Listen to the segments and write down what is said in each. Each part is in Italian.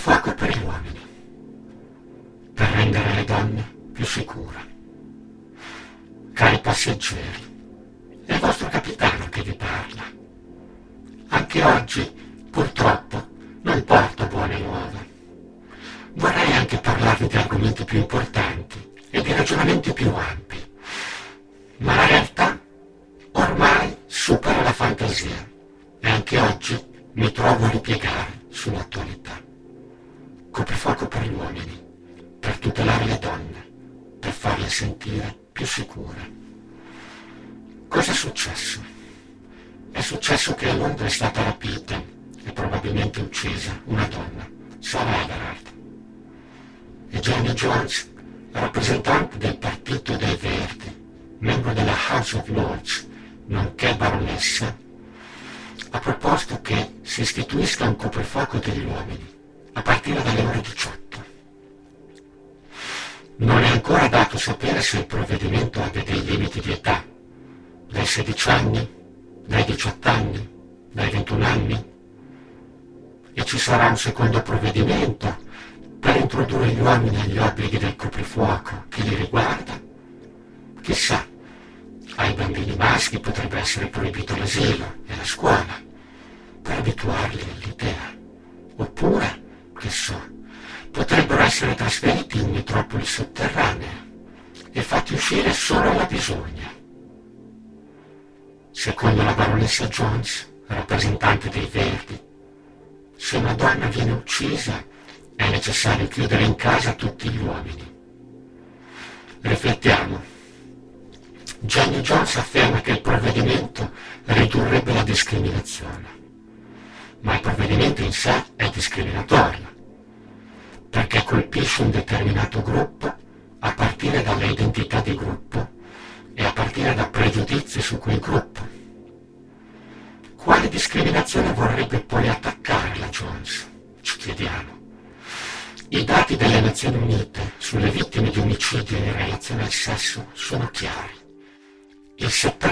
coprifuoco per gli uomini, per rendere le donne più sicure. Cari passeggeri, è il vostro capitano che vi parla. Anche oggi, purtroppo, non porto buone nuove. Vorrei anche parlarvi di argomenti più importanti e di ragionamenti più ampi, ma la realtà ormai supera la fantasia e anche oggi mi trovo a ripiegare sull'attualità. Coprifuoco per gli uomini, per tutelare le donne, per farle sentire più sicure. Cosa è successo? È successo che a Londra è stata rapita e probabilmente uccisa una donna, Sarah Everard. E Jenny Jones, rappresentante del Partito dei Verdi, membro della House of Lords, nonché baronessa, ha proposto che si istituisca un coprifuoco degli uomini a partire dalle ore 18. Non è ancora dato sapere se il provvedimento abbia dei limiti di età, dai 16 anni, dai 18 anni, dai 21 anni, e ci sarà un secondo provvedimento per introdurre gli uomini agli obblighi del coprifuoco che li riguarda. Chissà, ai bambini maschi potrebbe essere proibito l'asilo e la scuola per abituarli all'idea. Oppure, che so, potrebbero essere trasferiti in metropoli sotterranee e fatti uscire solo alla bisogna. Secondo la baronessa Jones, rappresentante dei Verdi, se una donna viene uccisa è necessario chiudere in casa tutti gli uomini. Riflettiamo. Jenny Jones afferma che il provvedimento ridurrebbe la discriminazione, ma il provvedimento in sé è discriminatorio, perché colpisce un determinato gruppo a partire dalle identità di gruppo e a partire da pregiudizi su quel gruppo. Quale discriminazione vorrebbe poi attaccare la Jones? Ci chiediamo. I dati delle Nazioni Unite sulle vittime di omicidio in relazione al sesso sono chiari. Il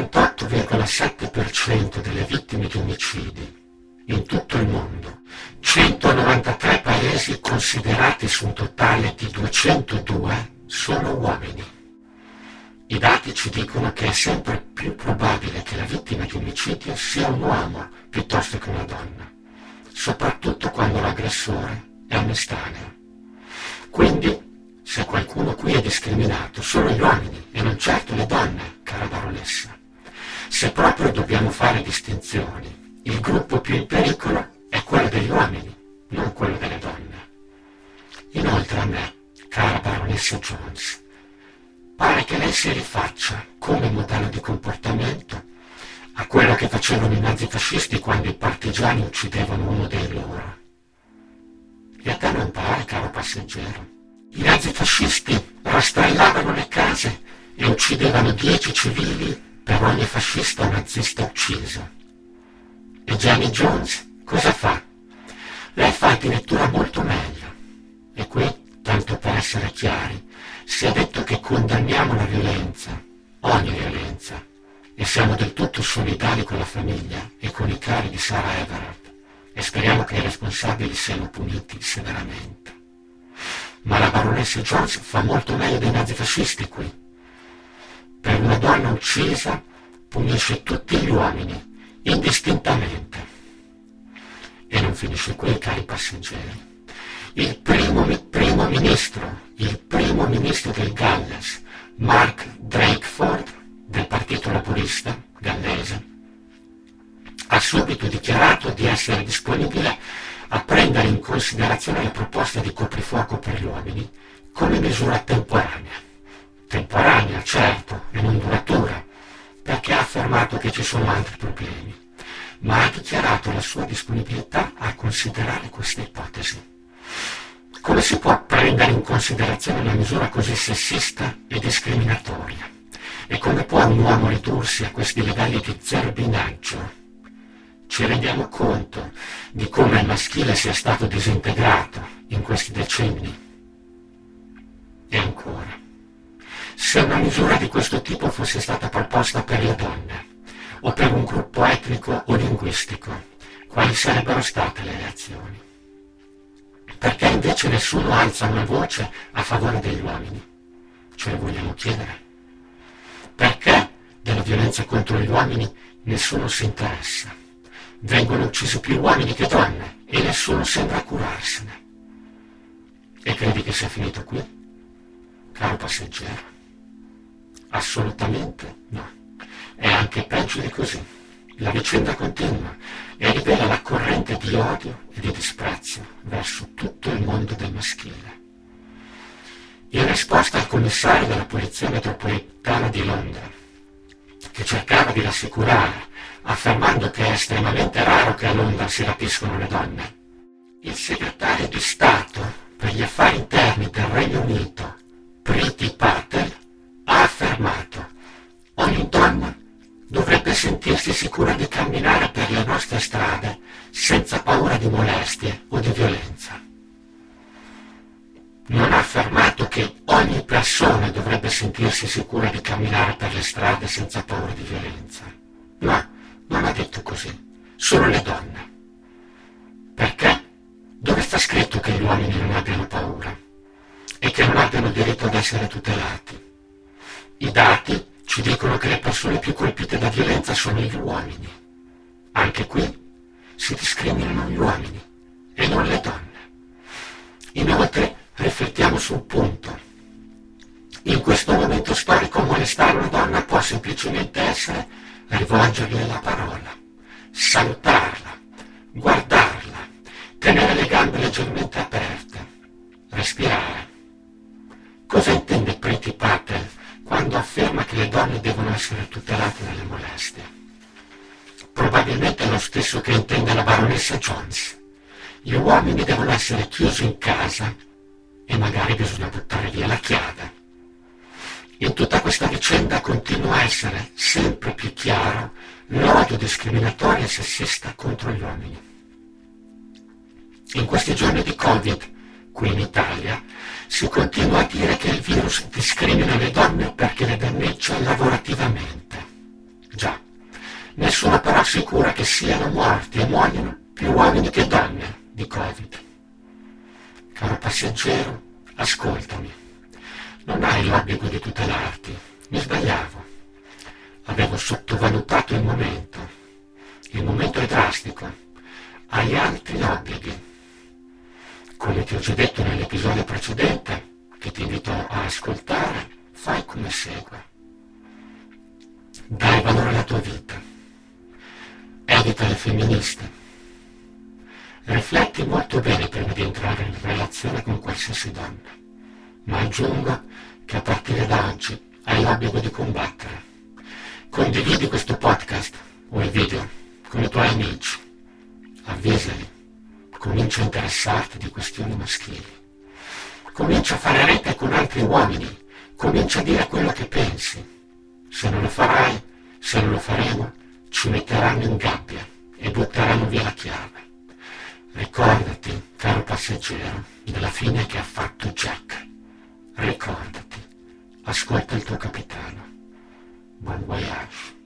78,7% delle vittime di omicidi in tutto il mondo, 193 paesi considerati su un totale di 202, sono uomini. I dati ci dicono che è sempre più probabile che la vittima di omicidio sia un uomo piuttosto che una donna, soprattutto quando l'aggressore è un estraneo. Quindi, se qualcuno qui è discriminato, sono gli uomini e non certo le donne, cara baronessa. Se proprio dobbiamo fare distinzioni, il gruppo più in pericolo è quello degli uomini, non quello delle donne. Inoltre a me, cara baronessa Jones, pare che lei si rifaccia come modello di comportamento a quello che facevano i nazifascisti quando i partigiani uccidevano uno dei loro. E a te non pare, caro passeggero? I nazifascisti rastrellavano le case e uccidevano 10 civili per ogni fascista o nazista ucciso. E Jenny Jones cosa fa? Lei fa addirittura molto meglio. E qui, tanto per essere chiari, si è detto che condanniamo la violenza, ogni violenza, e siamo del tutto solidari con la famiglia e con i cari di Sarah Everard, e speriamo che i responsabili siano puniti severamente. Ma la baronessa Jones fa molto meglio dei nazifascisti qui. Per una donna uccisa punisce tutti gli uomini, indistintamente. E non finisce qui, cari passeggeri. Il primo ministro del Galles, Mark Drakeford, del Partito Laburista gallese, ha subito dichiarato di essere disponibile a prendere in considerazione la proposta di coprifuoco per gli uomini come misura temporanea. Temporanea, certo, e non duratura, perché ha affermato che ci sono altri problemi, ma ha dichiarato la sua disponibilità a considerare questa ipotesi. Come si può prendere in considerazione una misura così sessista e discriminatoria? E come può un uomo ridursi a questi livelli di zerbinaggio? Ci rendiamo conto di come il maschile sia stato disintegrato in questi decenni? E ancora, se una misura di questo tipo fosse stata proposta per le donne, o per un gruppo etnico o linguistico, quali sarebbero state le reazioni? Perché invece nessuno alza una voce a favore degli uomini? Ce lo vogliamo chiedere. Perché della violenza contro gli uomini nessuno si interessa? Vengono uccisi più uomini che donne e nessuno sembra curarsene. E credi che sia finito qui, caro passeggero? Assolutamente no. È anche peggio di così. La vicenda continua e rivela la corrente di odio e di disprezzo verso tutto il mondo del maschile. In risposta al commissario della Polizia Metropolitana di Londra, che cercava di rassicurare, affermando che è estremamente raro che a Londra si rapiscono le donne, il segretario di Stato per gli affari interni del Regno Unito, Priti Patel, ha affermato: ogni donna dovrebbe sentirsi sicura di camminare per le nostre strade senza paura di molestie o di violenza. Non ha affermato che ogni persona dovrebbe sentirsi sicura di camminare per le strade senza paura di violenza. No, non ha detto così. Solo le donne. Perché? Dove sta scritto che gli uomini non abbiano paura e che non abbiano diritto ad essere tutelati? I dati ci dicono che le persone più colpite da violenza sono gli uomini. Anche qui si discriminano gli uomini e non le donne. Inoltre riflettiamo su un punto. In questo momento storico molestare una donna può semplicemente essere rivolgerle la parola, salutarla, guardarla, tenere le gambe leggermente aperte, respirare. Cosa intende Priti Patel quando afferma che le donne devono essere tutelate dalle molestie? Probabilmente è lo stesso che intende la baronessa Jones. Gli uomini devono essere chiusi in casa e magari bisogna buttare via la chiave. In tutta questa vicenda continua a essere sempre più chiaro l'odio discriminatorio e sessista contro gli uomini. In questi giorni di Covid, qui in Italia, si continua a dire che il virus discrimina le donne perché le danneggia lavorativamente. Già, nessuno però assicura che siano morti e muoiono più uomini che donne di Covid. Caro passeggero, ascoltami. Non hai l'obbligo di tutelarti. Mi sbagliavo. Avevo sottovalutato il momento. Il momento è drastico. Hai altri obblighi. Come ti ho già detto nell'episodio precedente, che ti invito a ascoltare, fai come segue. Dai valore alla tua vita. Evita le femministe. Rifletti molto bene prima di entrare in relazione con qualsiasi donna. Ma aggiungo che a partire da oggi hai l'obbligo di combattere. Condividi questo podcast o il video con i tuoi amici. Avvisali. Comincia a interessarti di questioni maschili. Comincia a fare rete con altri uomini. Comincia a dire quello che pensi. Se non lo farai, se non lo faremo, ci metteranno in gabbia e butteranno via la chiave. Ricordati, caro passeggero, della fine che ha fatto Jack. Ricordati, ascolta il tuo capitano. Buon voyage.